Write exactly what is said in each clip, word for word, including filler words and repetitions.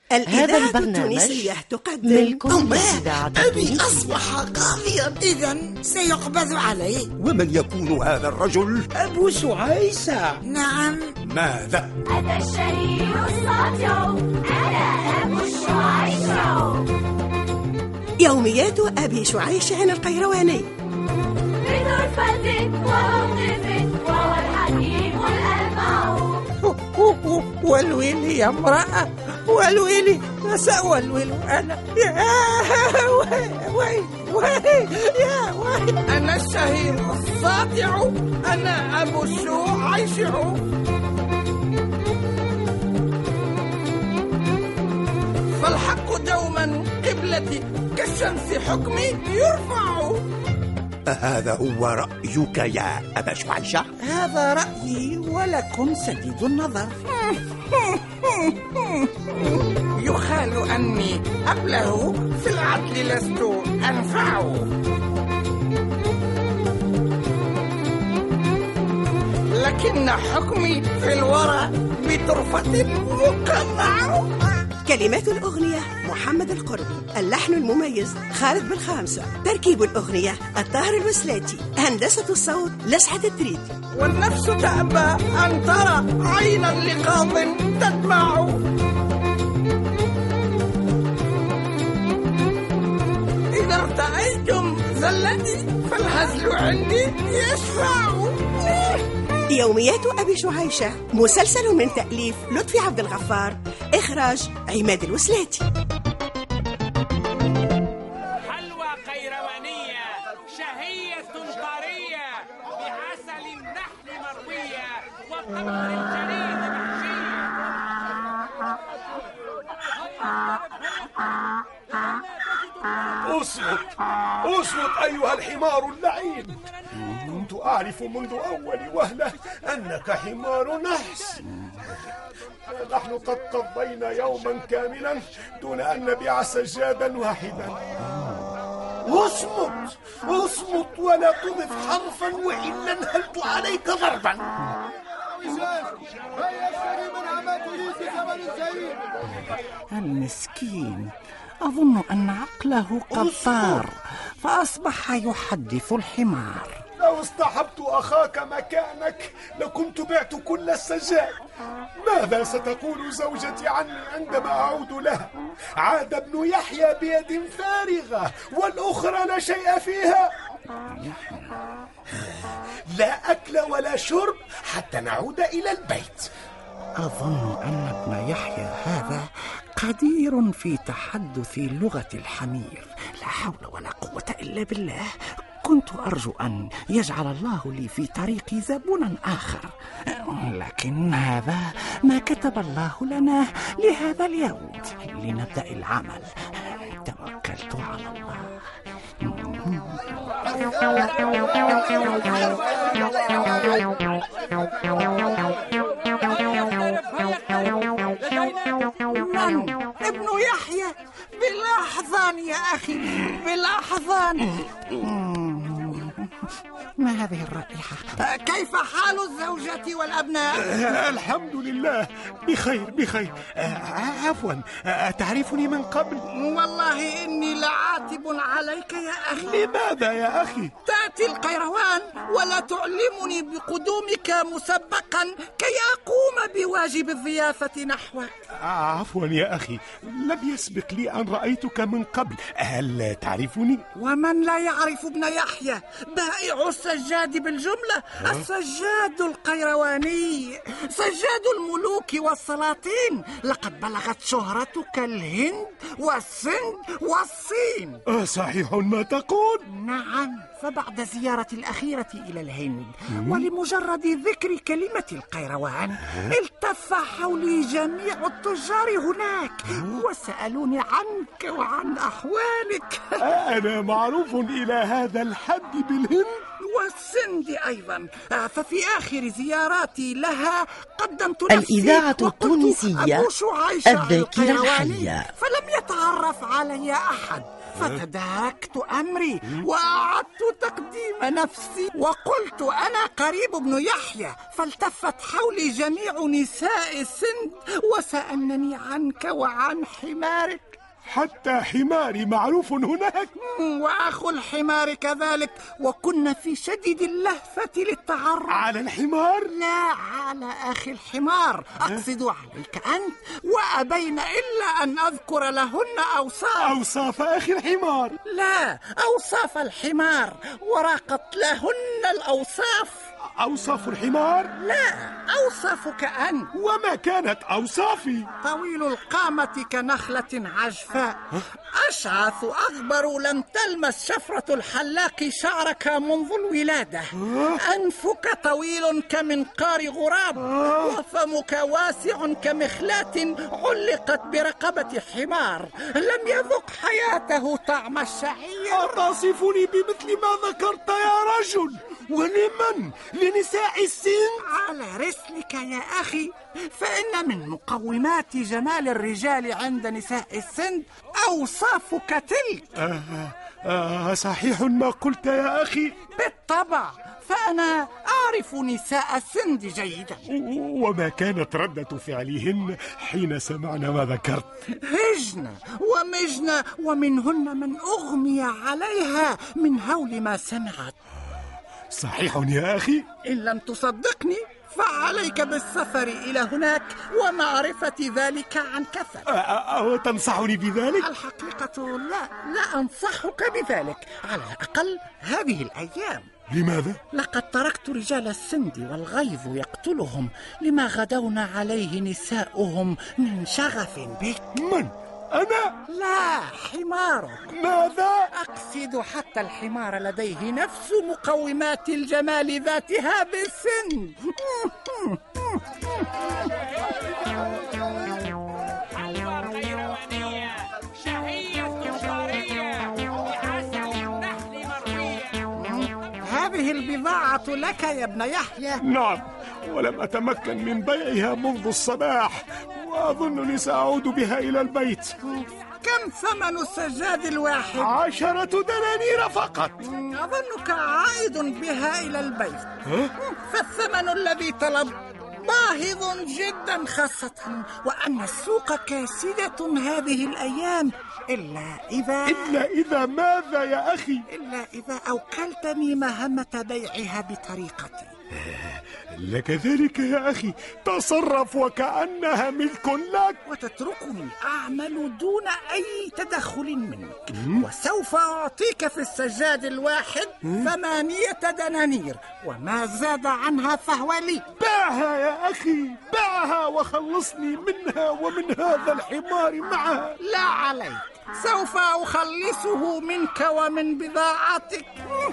هذا البرنامج تقدم ملكم للإذاعة أبي أصبح قاضيا، إذن سيقبض عليه. ومن يكون هذا الرجل؟ أبو شعيشة. نعم. ماذا؟ هذا الشهير الصوت، أنا أبو شعيشة. يوميات أبي شعيشة القيرواني. بطرفة وموقف وهو الحكيم الألمع. والويلي يا امرأة، والويلي، سأولول أنا. يا وي وي يا وي. أنا الشهير الساطع، أنا أبو شعيشة. فالحق دوما قبلتي، كالشمس حكمي يرفع. هذا هو رأيك يا أبا شعيشة؟ هذا رأيي ولكم سديد النظر. يخال أني أبله في العدل، لست أنفع. لكن حكمي في الورى بطرفة مقنع. كلمات الأغنية محمد القربي، اللحن المميز خالد بالخامسة، تركيب الأغنية الطاهر الوسلاتي، هندسة الصوت لسعة التريدي. والنفس تأبى أن ترى عينا لقاض تدمع. إذا ارتأيتم زلتي فالهزل عندي يشفع. يوميات أبي شعيشة مسلسل من تأليف لطفي عبد الغفار، إخراج عماد الوسلاتي. حلوى قيروانية شهية طرية بعسل النحل مروية وتمر الجليد محشية. اصمت اصمت أيها الحمار اللعين. كنت أعرف منذ أول وهلة أنك حمار نحس. نحن قد قضينا يوما كاملا دون أن نبيع سجادا واحدا. اصمت اصمت ولا تضف حرفا وإلا انهلت عليك ضربا. المسكين أظن أن عقله قد طار، فأصبح يحدث الحمار. لو اصطحبت أخاك مكانك لكنت بعت كل السجاد. ماذا ستقول زوجتي عني عندما أعود لها؟ عاد ابن يحيى بيد فارغة والأخرى لا شيء فيها. لا أكل ولا شرب حتى نعود إلى البيت. أظن أن ابن يحيى هذا قدير في تحدث لغة الحمير. لا حول ولا قوة إلا بالله. كنت أرجو أن يجعل الله لي في طريقي زبونا آخر، لكن هذا ما كتب الله لنا لهذا اليوم. لنبدأ العمل. توكلت على الله. من؟ ابن يحيى؟ بلحظان يا أخي، بلحظان. ما هذه الرائحة؟ كيف حال الزوجة والأبناء؟ الحمد لله بخير بخير. عفوا، تعرفني من قبل؟ والله إني لعاتب عليك يا أخي. لماذا يا أخي؟ تأتي القيروان ولا تعلمني بقدومك مسبقا كي أقوم بواجب الضيافة نحوك. عفوا يا أخي، لم يسبق لي أن رأيتك من قبل. هل تعرفني؟ ومن لا يعرف ابن يحيى، بائع السجاد بالجملة. السجاد القيرواني، سجاد الملوك والسلاطين. لقد بلغت شهرتك الهند والسند والصين. صحيح ما تقول؟ نعم، فبعد زيارتي الأخيرة إلى الهند ولمجرد ذكر كلمة القيروان التف حولي جميع التجار هناك وسألوني عنك وعن أحوالك. أنا معروف إلى هذا الحد بالهند والسند أيضا، ففي آخر زياراتي لها قدمت نفسي الإذاعة التونسية الذاكرة الحية، فلم يتعرف علي أحد. فتداركت أمري وأعدت تقديم نفسي وقلت أنا قريب بن يحيى، فالتفت حولي جميع نساء السند وسألنني عنك وعن حمارك. حتى حماري معروف هناك؟ وأخو الحمار كذلك، وكنا في شديد اللهفة للتعرف. على الحمار؟ لا، على أخي الحمار، أقصد عليك أنت، وأبين إلا أن أذكر لهن أوصاف. أوصاف أخي الحمار؟ لا، أوصاف الحمار، وراقت لهن الأوصاف. أوصاف الحمار؟ لا، أوصافك أنت. وما كانت أوصافي؟ طويل القامة كنخلة عجفاء، أشعث أغبر لم تلمس شفرة الحلاق شعرك منذ الولادة، أنفك طويل كمنقار غراب، وفمك واسع كمخلاة علقت برقبة حمار لم يذق حياته طعم الشعير. أتصفني بمثل ما ذكرت يا رجل؟ ولمن؟ لنساء السن؟ على رسلك يا أخي، فإن من مقومات جمال الرجال عند نساء السند أوصافك تلك. آه آه صحيح ما قلت يا أخي؟ بالطبع، فأنا أعرف نساء السند جيدا. وما كانت ردة فعلهن حين سمعنا ما ذكرت؟ هجن ومجن، ومنهن من أغمي عليها من هول ما سمعت. صحيح يا أخي؟ إن لم تصدقني فعليك بالسفر إلى هناك ومعرفة ذلك عن كثب. أو تنصحني بذلك؟ الحقيقة لا، لا أنصحك بذلك، على الأقل هذه الأيام. لماذا؟ لقد تركت رجال السند والغيظ يقتلهم لما غدونا عليه نساؤهم من شغف بك. من؟ أنا؟ لا، حمارك. ماذا؟ أقصد حتى الحمار لديه نفس مقومات الجمال ذاتها بالسن. هذه البضاعة لك يا ابن يحيى. نعم، ولم أتمكن من بيعها منذ الصباح، وأظنني سأعود بها إلى البيت. كم ثمن السجاد الواحد؟ عشرة دنانير فقط. أظنك عائد بها إلى البيت. فالثمن الذي طلب باهظ جدا، خاصة وأن السوق كاسدة هذه الأيام، إلا إذا إلا إذا ماذا يا أخي؟ إلا إذا أوكلتني مهمة بيعها بطريقتي. لك ذلك يا أخي، تصرف وكأنها ملك لك، وتتركني أعمل دون أي تدخل منك. وسوف أعطيك في السجاد الواحد ثمانية دنانير، وما زاد عنها فهو لي. باعها يا أخي، باعها وخلصني منها ومن هذا الحمار معها. لا عليك، سوف أخلصه منك ومن بضاعتك.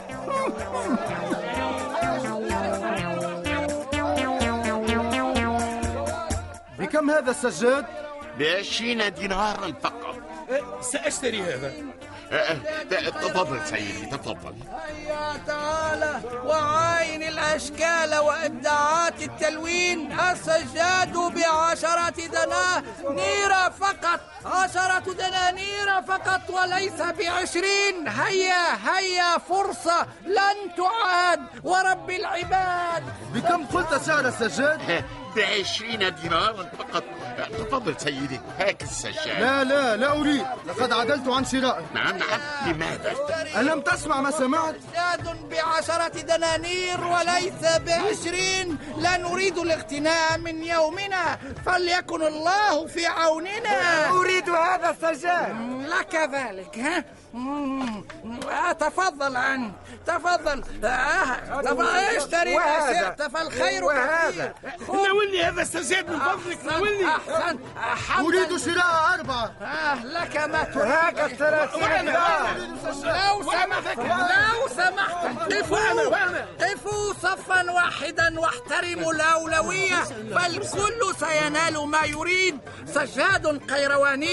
بكم هذا السجاد؟ بعشرين دينارا فقط. سأشتري هذا. تفضل سيدي، تفضل. هيا تعالى وعاين الأشكال وإبداعات التلوين. السجاد بعشرة دنانير فقط، عشرة دنانير فقط وليس بعشرين. هيا هيا، فرصة لن تعاد ورب العباد. بكم قلت سعر السجاد؟ بعشرين دينارا فقط. تفضل سيدي، هاك السجاد. لا لا لا أريد، لقد عدلت عن شرائه. نعم نعم، لماذا؟ ألم تسمع ما سمعت؟ سجاد بعشرة دنانير وليس بعشرين. لا نريد الاغتناء من يومنا، فليكن الله في عوننا. أريد هذا السجاد. لك ذلك. ها؟ آه تفضل أنت، تفضل. آه تفضل اشتري ما شئت، فالخير كثير. ناولني هذا السجاد من فضلك، ناولني. أحسن. أريد شراء أربعة. آه لك ما تريد. هاك الثلاثين. لو سمحت، لو سمحت، قفوا قفوا صفا واحدا واحترموا الأولوية، فالكل سينال ما يريد. سجاد قيرواني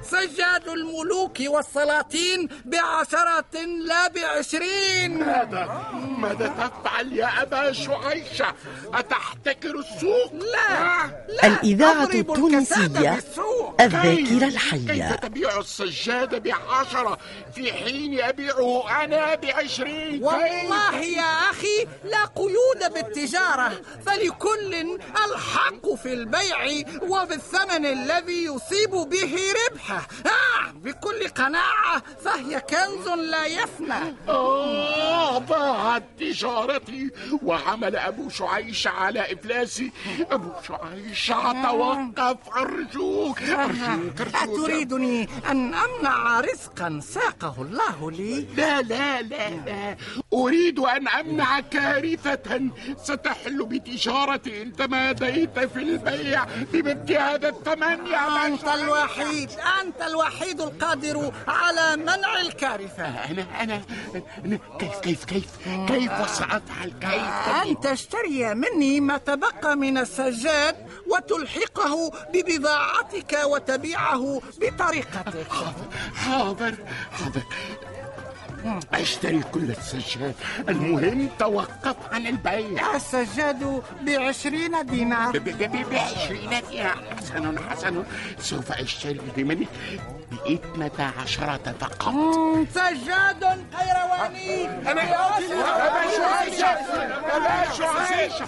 سجاد الملوك والسلاطين بعشرة لا بعشرين. ماذا ماذا تفعل يا أبا شعيشة؟ أتحتكر السوق؟ لا, لا. الإذاعة التونسية الذاكرة الحية. كيف تبيع السجاد بعشرة في حين أبيعه أنا بعشرين؟ والله يا أخي لا قيود بالتجارة، فلكل الحق في البيع وبالثمن الذي يصيب به ربحه. آه بكل قناعة، فهي كنز لا يفنى. آه ضاعت تجارتي وعمل أبو شعيش على إفلاسي. أبو شعيش توقف أرجوك أرجوك أرجوك. أتريدني أن أمنع رزقا ساقه الله لي؟ لا لا لا لا، أريد أن أمنع كارثة ستحل بتجارتي إن تماديت في البيع بمثل هذا الثمن يا أنت الوحيد أنت الوحيد القادر على منع الكارثة. أنا أنا, أنا كيف كيف كيف كيف سأفعل كيف؟ أن تشتري مني ما تبقى من السجاد وتلحقه ببضاعتك وتبيعه بطريقتك. حاضر حاضر أشتري كل السجاد، المهم توقف عن البيع. السجاد بعشرين دينار. بعشرين دينار. حسن حسن، سوف أشتري منك باثنة عشرة فقط. سجاد قيرواني. أنا أبا شعيشة أبا شعيشة.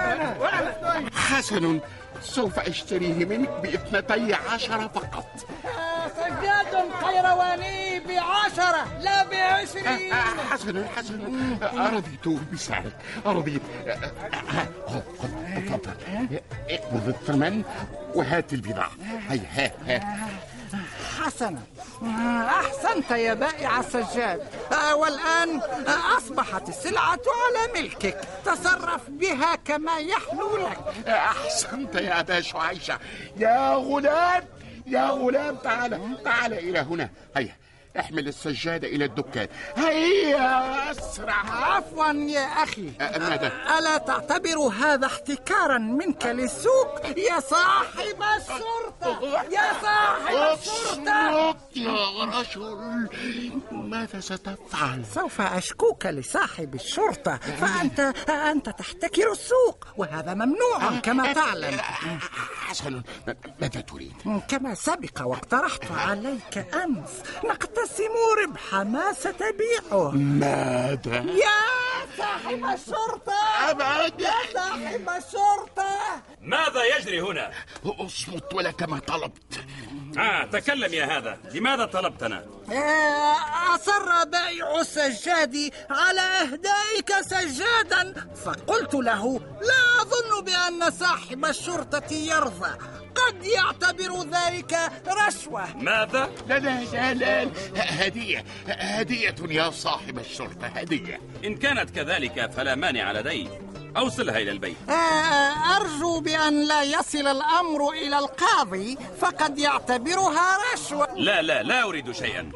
حسن، سوف أشتريه منك باثنتي عشرة فقط. سجاد قيرواني بعشرة لا بعشرين. حسنا حسنا، أرضيت بسعرك أرضيت. تفضل اقبض الثمن وهات البضاعة. هيا ها ها. حسنا، أحسنت يا بائع السجاد. والآن أصبحت السلعة على ملكك، تصرف بها كما يحلو لك. أحسنت يا أبا شعيشة. يا غلام يا غلام، تعال تعال إلى هنا. هيا احمل السجادة إلى الدكان. هيا أسرع. عفوا يا أخي. ماذا؟ ألا تعتبر هذا احتكارا منك للسوق يا صاحب الشرطة؟ يا صاحب الشرطة يا رجل، ماذا ستفعل؟ سوف أشكوك لصاحب الشرطة، فأنت أنت تحتكر السوق وهذا ممنوع كما تعلم. حسن، ماذا تريد؟ كما سبق واقترحت عليك أمس، نقتسم ربح ما ستبيعه. ماذا؟ يا صاحب الشرطة، أبعد يا صاحب الشرطة. ماذا يجري هنا؟ اصمت ولك ما طلبت. آه تكلم يا هذا، لماذا طلبتنا؟ أصر بائع السجاد على إهدائك سجادا، فقلت له لا أظن بأن صاحب الشرطة يرضى، قد يعتبر ذلك رشوة. ماذا؟ لا لا لا لا، هدية هدية يا صاحب الشرطة، هدية. إن كانت كذلك فلا مانع لدي، أوصلها إلى البيت. أرجو بأن لا يصل الأمر إلى القاضي، فقد يعتبرها رشوة. لا لا لا أريد شيئا.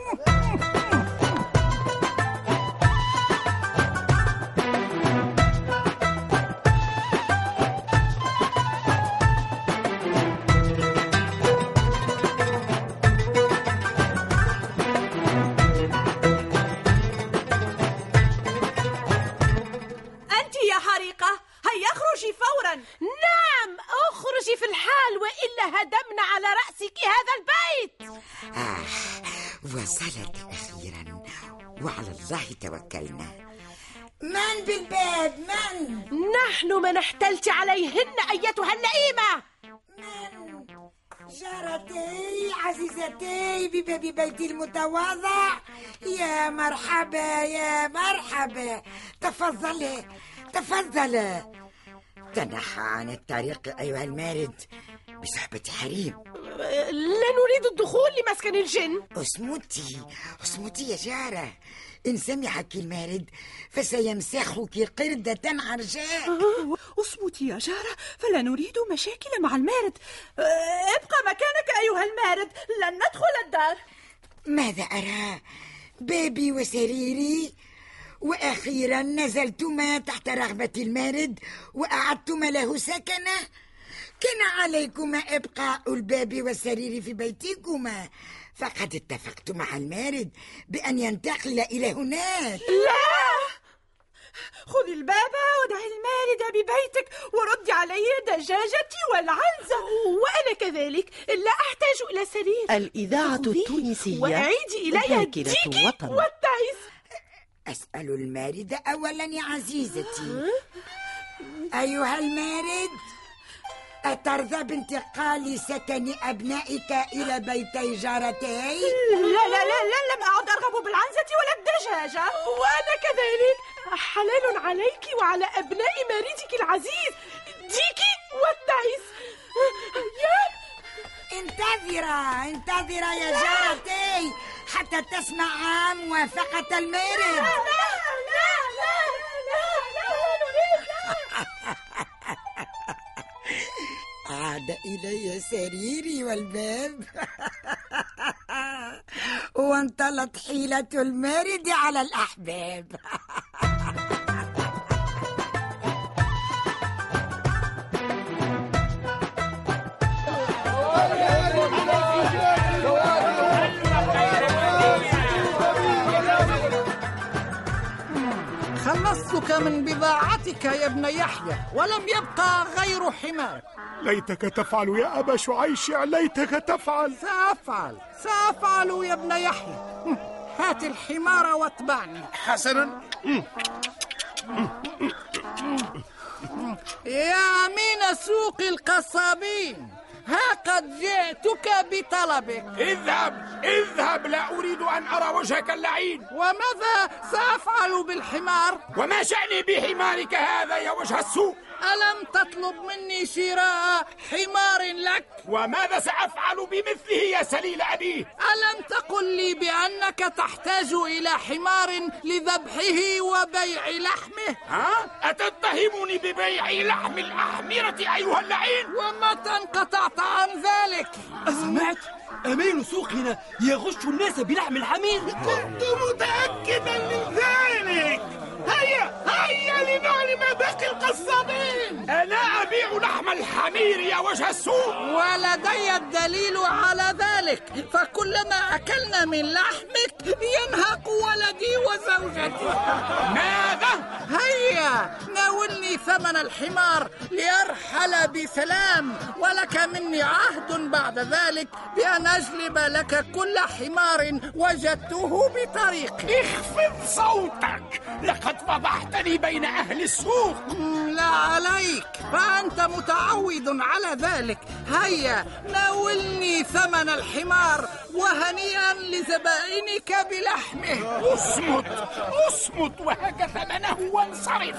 نعم اخرجي في الحال وإلا هدمنا على رأسك هذا البيت. آه وصلت أخيرا، وعلى الله توكلنا. من بالباب؟ من؟ نحن من احتلت عليهن أيتها اللئيمة. من؟ جارتي عزيزتي بباب بيتي المتواضع. يا مرحبا يا مرحبا، تفضلي تفضلي. تنحى عن الطريق أيها المارد بصحبة حريم. لا نريد الدخول لمسكن الجن. اصمتي اصمتي يا جارة، إن سمعك المارد فسيمسخك قردة عرجاء. اصمتي يا جارة، فلا نريد مشاكل مع المارد. ابقى مكانك أيها المارد، لن ندخل الدار. ماذا أرى؟ بابي وسريري، وأخيرا نزلتما تحت رغبة المارد وأعدتما له سكنة. كان عليكما إبقاء الباب والسرير في بيتكما، فقد اتفقت مع المارد بأن ينتقل إلى هناك. لا، خذي الباب ودعي المارد ببيتك وردي علي دجاجتي والعنزة، وأنا كذلك لا أحتاج إلى سرير. الإذاعة التونسية وأعيدي إلي ديكي والتعيس. أسأل المارد أولا يا عزيزتي. أيها المارد، أترضى بانتقال سكن أبنائك إلى بيتي جارتي؟ لا لا لا لا، لم أعد أرغب بالعنزة ولا الدجاجة، وأنا كذلك. حلال عليك وعلى أبناء ماردك العزيز ديكي والتعيس. انتظرا انتظرا يا جارتي حتى تسمع موافقة المارد. لا لا لا لا لا لا عاد إلي سريري والباب وانطلت حيلة المارد على الأحباب. خلصتك من بضاعتك يا ابن يحيى ولم يبقى غير حمار. ليتك تفعل يا أبا شعيشع، ليتك تفعل. سأفعل سأفعل يا ابن يحيى. هات الحمار واتبعني. حسنا. يا أمين سوق القصابين، ها قد جئتك بطلبك. اذهب اذهب، لا أريد أن أرى وجهك اللعين. وماذا سأفعل بالحمار؟ وما شأني بحمارك هذا يا وجه السوق؟ ألم تطلب مني شراء حمار لك؟ وماذا سأفعل بمثله يا سليل أبيه؟ ألم تقل لي بأنك تحتاج إلى حمار لذبحه وبيع لحمه؟ ها؟ أتتهمني ببيع لحم الأحمرة أيها اللعين؟ ومتى انقطعت عن ذلك؟ أسمعت؟ أمين سوقنا يغش الناس بلحم الحمير. كنت متأكدا من ذلك. هيا هيا لنعلم باقي القصابين. أنا أبيع لحم الحمير يا وجه السوق، ولدي الدليل على ذلك، فكلما أكلنا من لحمك ينهق ولدي وزوجتي. ماذا؟ هيا ناولني ثمن الحمار ليرحل بسلام، ولك مني عهد بعد ذلك بأن أجلب لك كل حمار وجدته بطريقي. اخفض صوتك، لقد فضحتني بين أهل السوق. لا عليك، فأنت متعود على ذلك. هيا ناولني ثمن الحمار وهنيئا لزبائنك بلحمه. اصمت اصمت وهك ثمنه وانصرف.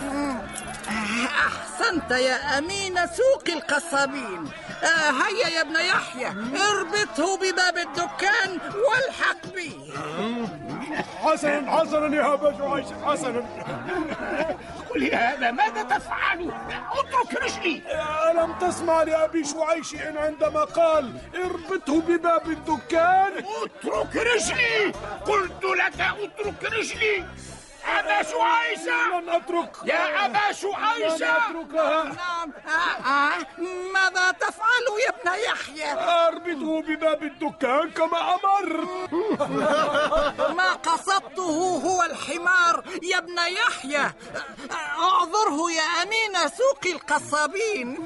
أحسنت يا أمين سوق القصابين. آه هيا يا ابن يحيى، اربطه بباب الدكان والحق بي. حسنا حسنا يا أبا شعيش، حسنا. قل هذا ماذا تفعل؟ اترك رجلي. ألم تسمع لأبي شعيش عندما قال اربطه بباب الدكان؟ اترك رجلي، قلت لك اترك رجلي. أبا شعيشة، لن أترك يا أبا شعيشة. لن أتركها. نعم. آه آه. ماذا تفعل يا ابن يحيى؟ أربطه بباب الدكان كما أمر. ما قصدته هو الحمار يا ابن يحيى. اعذره يا أمين سوق القصابين.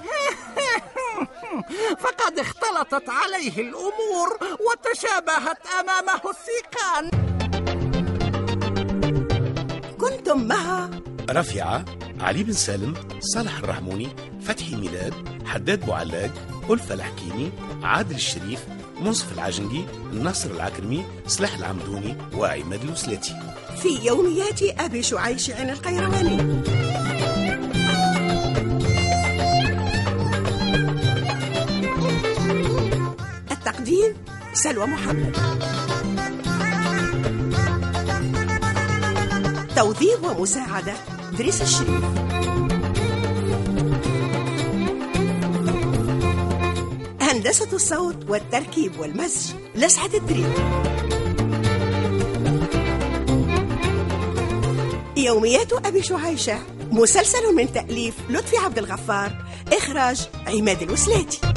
فقد اختلطت عليه الأمور وتشابهت أمامه السيقان. كنتم مع رفيعة، علي بن سالم، صالح الرحموني، فتحي ميلاد، حداد بوعلاق، ألفة الحكيمي، عادل الشريف، منصف العجنقي، الناصر العكرمي، سلاح العمدوني، وعماد الوسلاتي. في يوميات أبي شعيش القيرواني. التقديم سلوى محمد. توظيف ومساعدة دريس الشريف. هندسة الصوت والتركيب والمزج لسعد الدريد. يوميات أبي شعيشة مسلسل من تأليف لطفي عبد الغفار، إخراج عماد الوسلاتي.